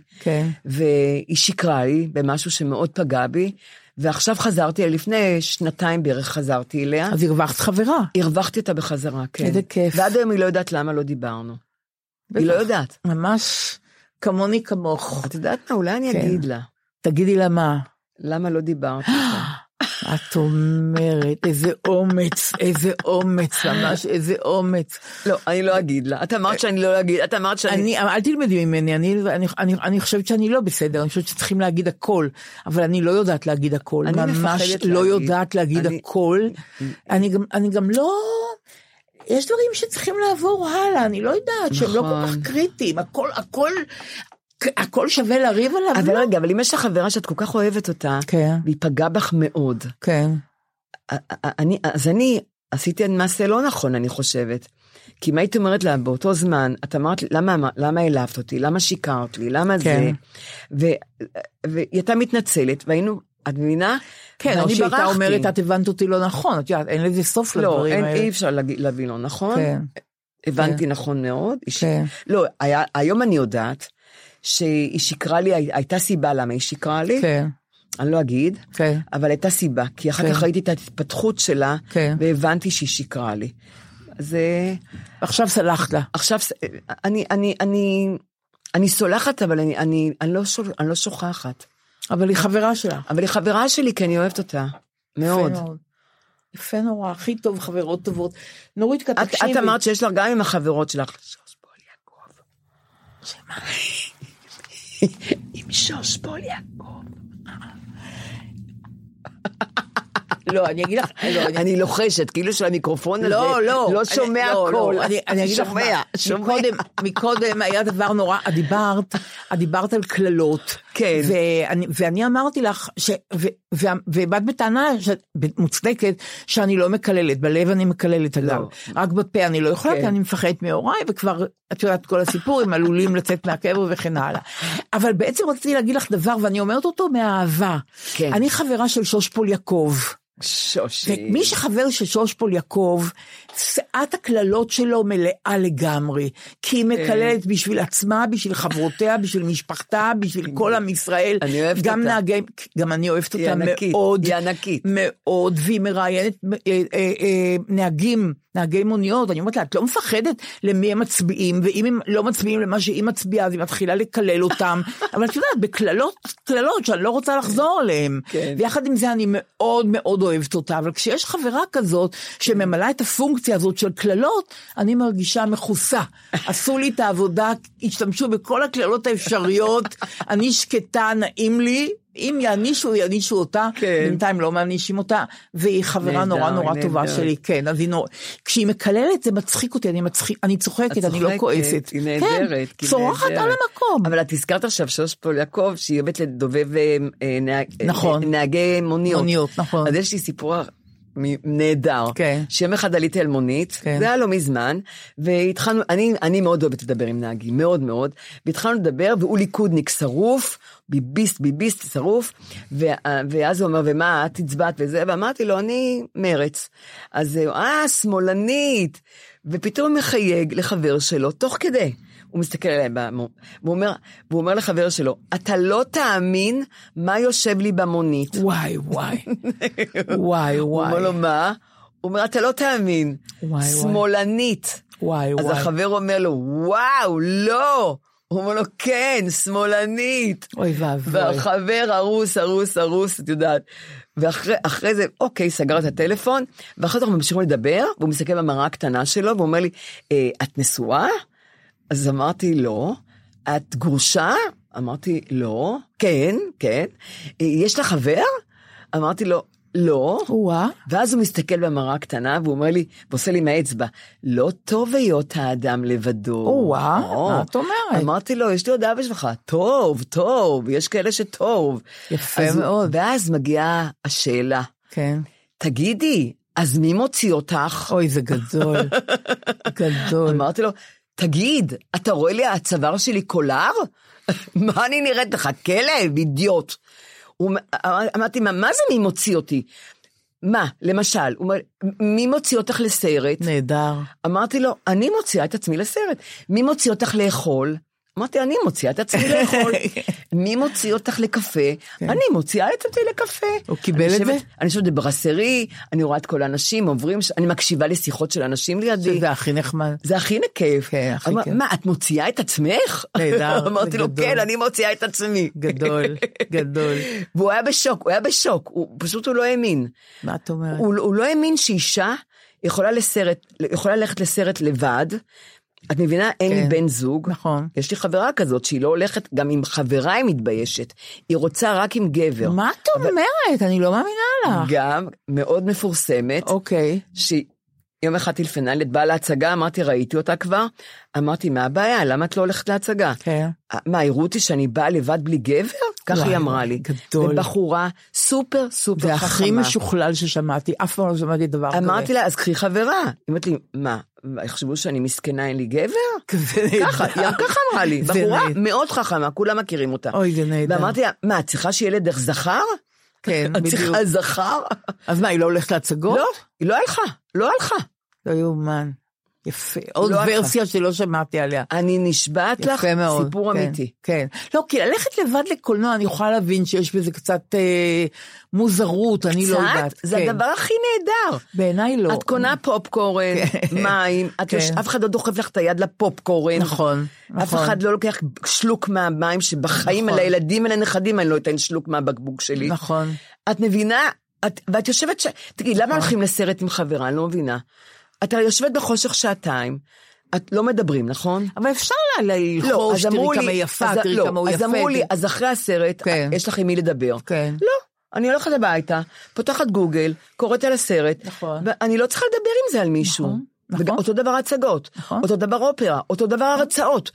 והיא שיקרה לי במשהו שמאוד פגע בי, ועכשיו חזרתי, לפני 2 בערך חזרתי אליה. אז הרווחת חברה. הרווחתי אותה בחזרה, כן. איזה כיף. ועד היום היא לא יודעת למה לא דיברנו. היא לא יודעת. ממש כמוני כמוך. את יודעת מה, אולי אני אגיד לה. תגידי לה מה? למה לא דיברת איתה? את אומרת, איזה אומץ, ממש איזה אומץ. לא, אני לא אגיד לה. את אמרת שאני לא אגיד, את אמרת שאני... אל תלמדי ממני, אני חושבת שאני לא בסדר, אני חושבת שצריכים להגיד הכל, אבל אני לא יודעת להגיד הכל, ממש לא יודעת להגיד הכל. אני גם לא... יש דברים שצריכים לעבור הלאה, אני לא יודעת, שהם לא כל כך קריטיים, הכל שווה לריב עליו. אבל רגע, אבל אם יש לך חברה שאת כל כך אוהבת אותה, והיא פגעה בך מאוד, אז אני עשיתי מעשה לא נכון, אני חושבת. כי אם היית אומרת לה, באותו זמן, את אמרת לי, למה העלבת אותי, למה שיקרת לי, למה זה, והיא הייתה מתנצלת, והיינו, את מבינה? כן, או שהייתה אומרת, את הבנת אותי לא נכון, את יודעת, אין לזה סוף לדברים האלה. לא, אי אפשר להבין לא נכון, הבנתי נכון מאוד, לא, היום אני יודעת, שהיא שיקרה לי, הייתה סיבה למה היא שיקרה לי, אני לא אגיד, אבל הייתה סיבה, כי אחר כך ראיתי את ההתפתחות שלה, והבנתי שהיא שיקרה לי. אז... עכשיו סלחת לה. עכשיו, אני סולחת, אבל אני לא שוכחת. אבל היא חברה שלה. אבל היא חברה שלי, כי אני אוהבת אותה. מאוד. יפה נורא, הכי טוב, חברות טובות. נורית, תקשיבי. את אמרת שיש לך גם עם החברות שלך. שוש פול יעקב. שמה? עם שוש פול יעקב. לא, אני אגיד לך, אני לוחשת, כאילו שהמיקרופון הזה לא שומע הכל. אני אגיד לך, מקודם היה דבר נורא, את דיברת על כללות, ואני אמרתי לך, ובאת בטענה מוצדקת, שאני לא מקללת, בלב אני מקללת אגב, רק בפה אני לא יכולה, כי אני מפחדת מהוריי, וכבר, את יודעת כל הסיפור, הם עלולים לצאת מהקבר וכן הלאה. אבל בעצם רציתי להגיד לך דבר, ואני אומרת אותו מהאהבה. אני חברה של שוש פול יעקב, שושי. ומי שחבר של שוש פוליאקוב, שאת הכללות שלו מלאה לגמרי, כי היא מקללת בשביל עצמה, בשביל חברותיה, בשביל משפחתה, בשביל כל עם ישראל. אני אוהבת אותה. גם אני אוהבת אותה מאוד. היא ענקית. מאוד, והיא מראיינת נהגי מוניות, אני אומרת לה, את לא מפחדת למי הם מצביעים, ואם הם לא מצביעים למה שהיא מצביעה, אז היא מתחילה לקלל אותם, אבל את יודעת, בקללות שאני לא רוצה לחזור עליהם, ויחד עם זה אני מאוד מאוד אוהבת אותה, אבל כשיש חברה כזאת, שממלאה את הפונקציה הזאת של קללות, אני מרגישה מחוסה, עשו לי את העבודה, השתמשו בכל הקללות האפשריות, אני שקטה, נעים לי, אם יענישו אותה, בינתיים לא מענישים אותה, והיא חברה נורא טובה שלי, כן, אז כשהיא מקללת זה מצחיק אותי, אני צוחקת, אני לא כועסת. היא נהדרת. צורחת על המקום. אבל את הזכרת עכשיו שוש פוליאקוב, שהיא אוהבת לדובב נהגי מוניות. נכון. אז יש לי סיפור נהדר, שיום אחד עליתי על מונית, זה היה לא מזמן, והתחלנו, אני מאוד אוהבת לדבר עם נהגים, מאוד מאוד, והתחלנו לדבר, והוא ליכודניק שרוף, ביביסט שרוף, ואז הוא אומר, ומה, את תצבעת וזה, ואמרתי לו, אני מרץ, אז שמאלנית, ופתאום הוא מחייג לחבר שלו, תוך כדי, הוא מסתכל עליהם, והוא אומר לחבר שלו, אתה לא תאמין מה יושב לי במונית. וואי. הוא אומר לו, מה? הוא אומר, אתה לא תאמין. שמאלנית. אז החבר אומר לו, וואו, לא. הוא אומר לו, כן, שמאלנית. והחבר ארוס, את יודעת. ואחרי זה, אוקיי, סגר את הטלפון, ואחרי זה אנחנו ממשיכים לדבר, והוא מסתכל במראה הקטנה שלו, והוא אומר לי, את נשואה? אז אמרתי, לא. את גרושה? אמרתי, לא. כן. יש לך חבר? אמרתי לו, לא. ואז הוא מסתכל במראה הקטנה, והוא אומר לי, ועושה לי מהאצבע, לא טוב היות האדם לבדו. מה את אומרת? אמרתי לו, יש לי הודעה בשבילך, טוב, יש כאלה שטוב. יפה מאוד. ואז מגיעה השאלה. כן. תגידי, אז מי מוציא אותך? אוי, זה גדול. גדול. אמרתי לו, תגיד, אתה רואה לי הצוואר שלי קולר? מה אני נראית לך? כלב, אידיוט. אמרתי, מה זה מי מוציא אותי? מה, למשל, הוא אומר, מי מוציא אותך לסרט? נהדר. אמרתי לו, אני מוציאה את עצמי לסרט. מי מוציא אותך לאכול? אמרתי, אני מוציאה את עצמי לאכול. מי מוציא אותך לקפה? אני מוציאה את עצמי לקפה. הוא קיבל את זה? אני חושבת בברסרי, אני רואה את כל האנשים, עוברים, אני מקשיבה לשיחות של אנשים לידי. זה הכי נחמד. זה הכי כיף. מה, את מוציאה את עצמך? נהדר. אמרתי לו, כן, אני מוציאה את עצמי. גדול. והוא היה בשוק, פשוט הוא לא האמין. מה את אומרת? הוא לא האמין שאישה יכולה ללכת לסרט לבד, את מבינה, אין לי בן זוג, נכון. יש לי חברה כזאת שהיא לא הולכת, גם עם חברה היא מתביישת, היא רוצה רק עם גבר. מה את אומרת? אני לא מאמינה לך. גם מאוד מפורסמת, שיום אחד טלפנה לי, את באה להצגה, אמרתי, ראיתי אותה כבר, אמרתי, מה הבעיה? למה את לא הולכת להצגה? כן. מה, הראו אותי שאני באה לבד בלי גבר? כך היא אמרה לי. גדול. ובחורה סופר חכמה. זה הכי משוכלל ששמעתי, אף פעם לא שמעתי דבר כזה. אמרתי לה, אז קחי חברה. היא אומרת לי, מה? יחשבו שאני מסכנה, אין לי גבר? ככה אמרה לי. בחורה מאוד חכמה, כולם מכירים אותה. אוי, זה נהדר. ואמרתי לה, מה, את צריכה שיהיה לדרך זכר? כן, בדיוק. את צריכה זכר? אז מה, היא לא הולכת להצגות? לא, היא לא הלכה. לא יאומן. יפה. עוד ורסיה שלא שמעתי עליה. אני נשבעת לך סיפור אמיתי. כן. לא, כי ללכת לבד לקולנוע, אני יכולה להבין שיש בזה קצת מוזרות, אני לא יודעת. זה הדבר הכי נהדר. בעיניי לא. את קונה פופקורן, מים, אף אחד לא דוחף לך את היד לפופקורן. נכון. אף אחד לא לוקח שלוק מהמים, שבחיים על הילדים ולנכדים, אני לא אתן שלוק מהבקבוק שלי. נכון. את מבינה, ואת יושבת תגיד, למה הולכים לסרט עם חברה? אני לא מבינה. אתה יושבת בחושך שעתיים, את לא מדברים, נכון? אבל אפשר ללחוש, תראי כמה יפה, תראי כמה הוא יפה. אז אמרו לי, אז אחרי הסרט, יש לך עם מי לדבר. לא, אני הולכת הביתה, פותחת גוגל, קוראת על הסרט, ואני לא צריכה לדבר עם זה על מישהו. אותו דבר הצגות, אותו דבר אופרה, אותו דבר הרצאות.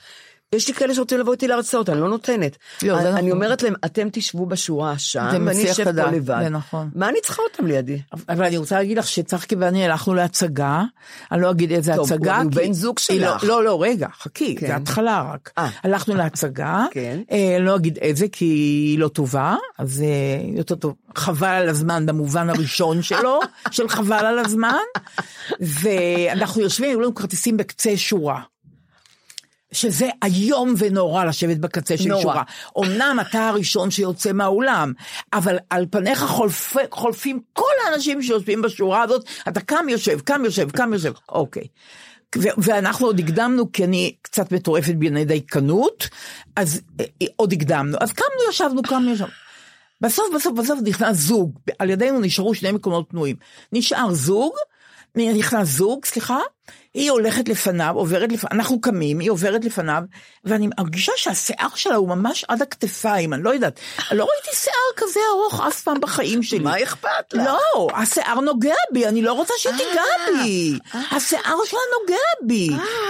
יש לי כאלה שרוצים לבוא איתי להרצאות, אני לא נותנת. אני אומרת להם, אתם תשבו בשורה שם, ואני אשב פה לבד. מה אני צריכה אותם לידי? אבל אני רוצה להגיד לך שצחקי ואני הלכנו להצגה, אני לא אגיד איזה הצגה. טוב, הוא בן זוג שלך. לא, רגע, חכי, זה התחלה רק. הלכנו להצגה, אני לא אגיד איזה, כי היא לא טובה, אז יותר טוב, חבל על הזמן במובן הראשון שלו, של חבל על הזמן, ואנחנו יושבים, היו לנו כרטיסים בקצה שורה. שזה היום ונורא לשבת בקצה של שורה. אמנם אתה הראשון שיוצא מהאולם, אבל על פניך חולפים כל האנשים שיושבים בשורה הזאת, אתה קם יושב. אוקיי. ואנחנו עוד הקדמנו, כי אני קצת מטורפת בענייני דייקנות, אז עוד הקדמנו. אז ישבנו. בסוף נכנס זוג, על ידינו נשארו 2 מקומות פנויים. נכנס זוג, היא הולכת לפניו, אנחנו קמים, היא עוברת לפניו, ואני מרגישה שהשיער שלה הוא ממש עד הכתפיים, אני לא יודעת, לא ראיתי שיער כזה ארוך אף פעם בחיים שלי. מה אכפת לך? לא, השיער נוגע בי, אני לא רוצה שתיגע בי, השיער שלה נוגע בי,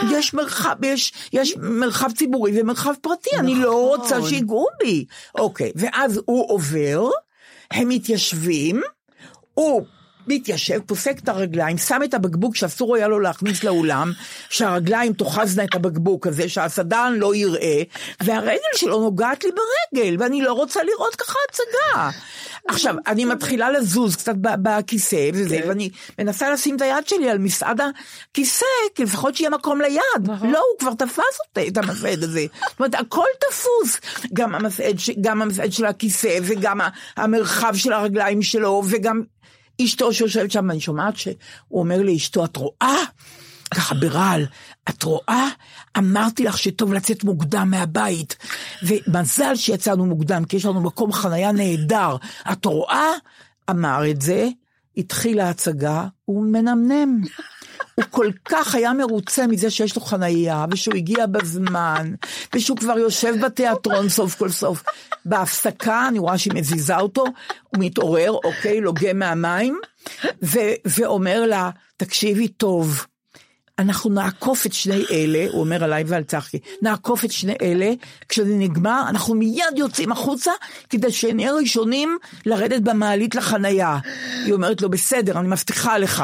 יש מרחב ציבורי ומרחב פרטי, אני לא רוצה שיגעו בי. אוקיי, ואז הוא עובר, הם מתיישבים, הוא מתיישב, פוסק את הרגליים, שם את הבקבוק שאסור היה לו להכניס לאולם, שהרגליים תוחזנה את הבקבוק הזה, שהסדן לא יראה, והרגל שלו נוגעת לי ברגל, ואני לא רוצה לראות ככה הצגה. עכשיו, אני מתחילה לזוז קצת בכיסא, ואני מנסה לשים את היד שלי על מסעד הכיסא, כי לפחות שיהיה מקום ליד. לא, הוא כבר תפס את המסעד הזה. זאת אומרת, הכל תפוס. גם המסעד של הכיסא, וגם המרחב של הרגליים שלו, וגם אשתו שיושבת שם, אני שומעת שהוא אומר לי, אשתו, את רואה? ככה ברעל, את רואה? אמרתי לך שטוב לצאת מוקדם מהבית, ומזל שיצאנו מוקדם, כי יש לנו מקום חנייה נהדר. את רואה? אמר את זה, התחילה ההצגה, הוא מנמנם. הוא כל כך היה מרוצה מזה שיש לו חנייה, ושהוא הגיע בזמן, ושהוא כבר יושב בתיאטרון סוף כל סוף. בהפסקה, אני רואה שהיא מזיזה אותו, הוא מתעורר, אוקיי, לוגה מהמים, ואומר לה, תקשיבי טוב, אנחנו נעקוף את שני אלה, הוא אומר עליי ועל צחקי, נעקוף את שני אלה, כשזה נגמר, אנחנו מיד יוצאים החוצה, כדי שנהיה ראשונים לרדת במעלית לחנייה. היא אומרת לו, בסדר, אני מבטיחה לך.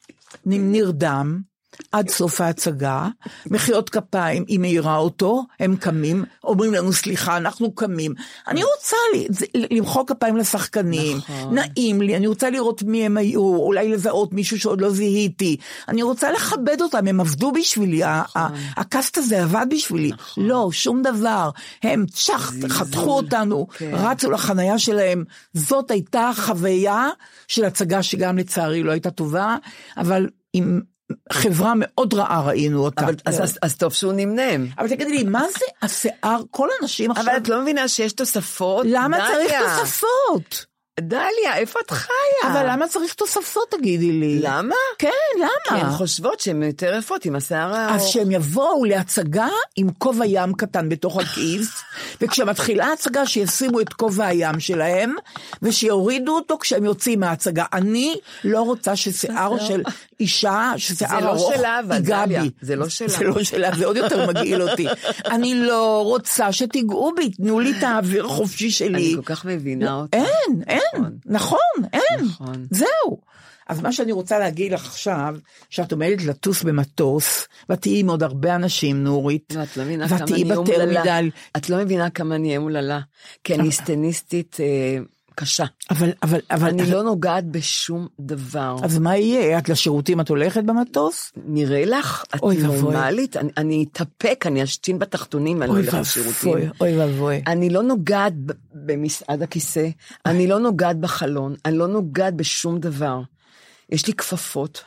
נרדם, עד סוף ההצגה, מחיאות כפיים, היא מאירה אותו, הם קמים, אומרים לנו סליחה, אנחנו קמים. אני רוצה למחוא כפיים לשחקנים, נעים לי, אני רוצה לראות מי הם היו, אולי לזהות מישהו שעוד לא זיהיתי, אני רוצה לכבד אותם, הם עבדו בשבילי, הקאסט הזה עבד בשבילי, לא, שום דבר, הם חתכו אותנו, רצו לחנייה שלהם, זאת הייתה חוויה של הצגה שגם לצערי לא הייתה טובה, אבל עם חברה מאוד רעה ראינו אותה. אז טוב שהוא נמנם. אבל תגידי לי, מה זה השיער? כל אנשים עכשיו... אבל את לא מבינה שיש תוספות? למה צריך תוספות? דליה, איפה את חיה? אבל למה צריך תוספות, תגידי לי? למה? כן, למה? כי הן חושבות שהן יותר יפות עם השיער הארוך. אז שהם יבואו להצגה עם כובע ים קטן בתוך הכיס, וכשמתחילה ההצגה שישימו את כובע הים שלהם, ושיורידו אותו כשהם יוצאים מההצגה. אני לא רוצה ששיער של אישה, ששיער ארוך ייגע בי. זה לא שלה. זה לא שלה, זה עוד יותר מגעיל אותי. אני לא רוצה שתיגעו בי, תנו לי את האוויר החופשי שלי. אני כל כך מבינה אותה. אין. נכון, אין, זהו. אז מה שאני רוצה להגיד לך עכשיו, שאת עומדת לטוס במטוס, ותהיי עם עוד הרבה אנשים, נורית, ותהיי בטרמידל. את לא מבינה כמה אני אהיה מוללה, כי אני סטניסטית קשה. אבל אני לא נוגעת בשום דבר. אז מה יהיה? את לשירותים את הולכת במטוס? נראה לך, את נורמלית, אני אתאפק, אני אשתין בתחתונים, אני לא הולך לשירותים. אוי ובוי. אני לא נוגעת במסעד הכיסא, אני לא נוגעת בחלון, אני לא נוגעת בשום דבר. יש לי כפפות,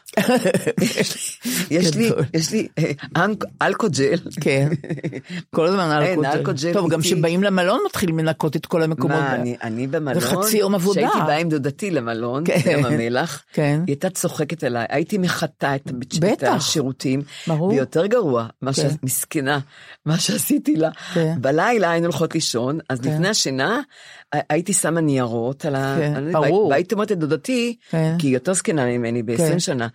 יש לי אלכוג'ל. כן, כל הזמן אלכוג'ל. טוב, גם שבאים למלון מתחילים לנקות את כל המקומות. אני במלון, וחצי יום עבודה. שהייתי באה עם דודתי למלון, ים המלח, היא הייתה צוחקת אליי, הייתי מחתה את השירותים, ויותר גרוע, מסכנה, מה שעשיתי לה, בלילה היינו הולכות לישון, אז לפני השינה, הייתי שמה ניירות, והייתי אומרת את דודתי, כי היא יותר זקנה ממני ב-20 שנה,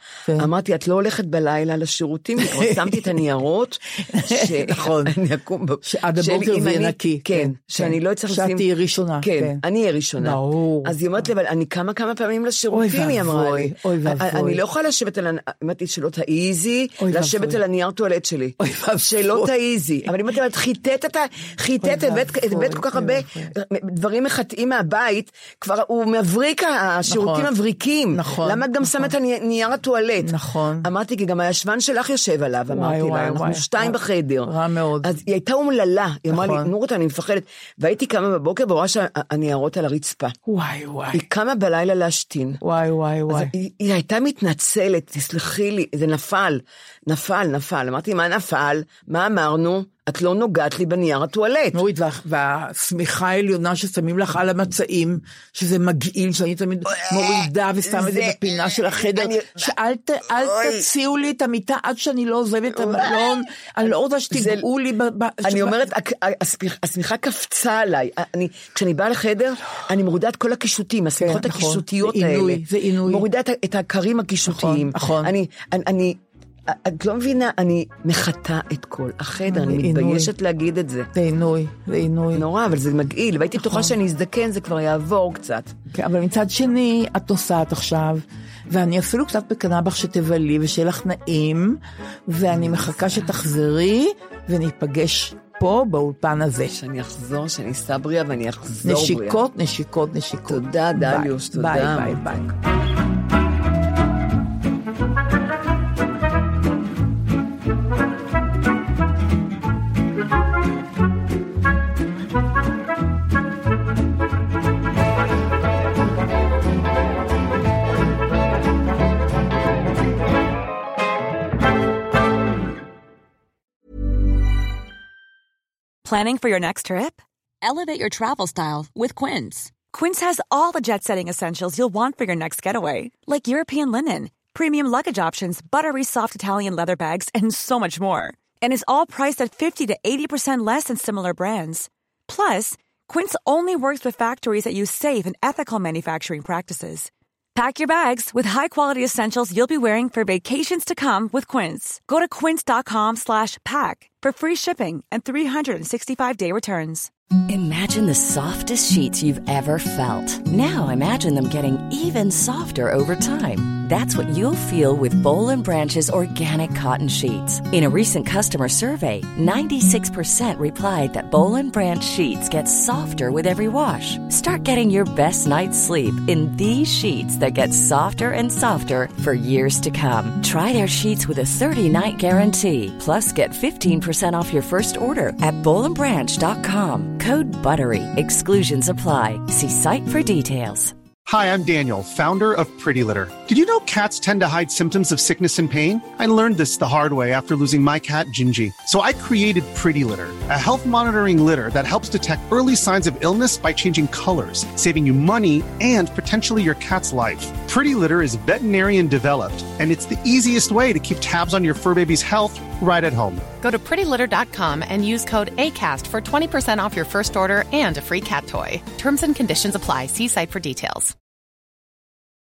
אמרתי, את לא הולכת בלילה לשירותים, כבר שמתי את הניירות, שאני אקום, שעד הבוקר זה נקי. כן, שאני לא אצטרך שאת תהיי ראשונה. כן, אני אהיה ראשונה. ברור. אז היא אומרת לי, אבל אני כמה פעמים לשירותים, היא אמרה לי. אני לא יכולה לשבת על, אמרתי שלא תעיזי, לשבת על הנייר טואלט שלי. שלא תעיזי. אבל אם את חיטט, הבאת כל כך הרבה דברים מחטאים מהבית, כבר הוא מבריק, השירותים מבריקים. נכון. למה את גם שמת נייר הטואלט? נכון. אמרתי, כי גם הישבן שלך יושב עליו, אמרתי לה, אנחנו 2 בחדר. רע מאוד. אז היא הייתה אומללה, היא אמרה לי, נורת, אני מפחדת. והייתי קמה בבוקר ורואה שהניירות על הרצפה. וואי. היא קמה בלילה להשתין. וואי. היא הייתה מתנצלת, תסלחי לי, זה נפל. אמרתי, מה נפל? מה אמרנו? את לא נוגעת לי בנייר הטואלט. נורית, והסמיכה העליונה ששמים לך על המצעים, שזה מגעיל, שאני תמיד מורידה ושם את זה בפינה של החדר, שאל תציעו לי את המיטה עד שאני לא עוזבת את המלון, אני לא רוצה שתגעו לי. אני אומרת, הסמיכה קפצה עליי. כשאני באה לחדר, אני מורידה את כל הקישוטים, הסמיכות הקישותיות האלה. זה עינוי. מורידה את הקרים הקישותיים. נכון. את לא מבינה, אני מחטא את כל החדר, אני מתביישת להגיד את זה. זה עינוי. נורא, אבל זה מגעיל, והייתי בטוחה שאני אזדקן, זה כבר יעבור קצת. כן, אבל מצד שני, את נוסעת עכשיו, ואני אפילו קצת בקנה בך שתבלי, ושיהיה לך נעים, ואני מחכה שתחזרי, וניפגש פה באולפן הזה. שאני אחזור, שאני אסע בריאה, ואני אחזור בריאה. נשיקות. תודה, דליוש, תודה. ביי. Planning for your next trip? Elevate your travel style with Quince. Quince has all the jet-setting essentials you'll want for your next getaway, like European linen, premium luggage options, buttery soft Italian leather bags, and so much more. And is all priced at 50 to 80% less than similar brands. Plus, Quince only works with factories that use safe and ethical manufacturing practices. Pack your bags with high-quality essentials you'll be wearing for vacations to come with Quince. Go to quince.com/pack for free shipping and 365-day returns. Imagine the softest sheets you've ever felt. Now imagine them getting even softer over time. That's what you'll feel with Boll & Branch's organic cotton sheets. In a recent customer survey, 96% replied that Boll & Branch sheets get softer with every wash. Start getting your best night's sleep in these sheets that get softer and softer for years to come. Try their sheets with a 30-night guarantee. Plus, get 15% off your first order at bollandbranch.com. Code BUTTERY. Exclusions apply. See site for details. Hi, I'm Daniel, founder of Pretty Litter. Did you know cats tend to hide symptoms of sickness and pain? I learned this the hard way after losing my cat, Gingy. So I created Pretty Litter, a health monitoring litter that helps detect early signs of illness by changing colors, saving you money and potentially your cat's life. Pretty Litter is veterinarian developed, and it's the easiest way to keep tabs on your fur baby's health right at home. Go to prettylitter.com and use code ACAST for 20% off your first order and a free cat toy. Terms and conditions apply. See site for details.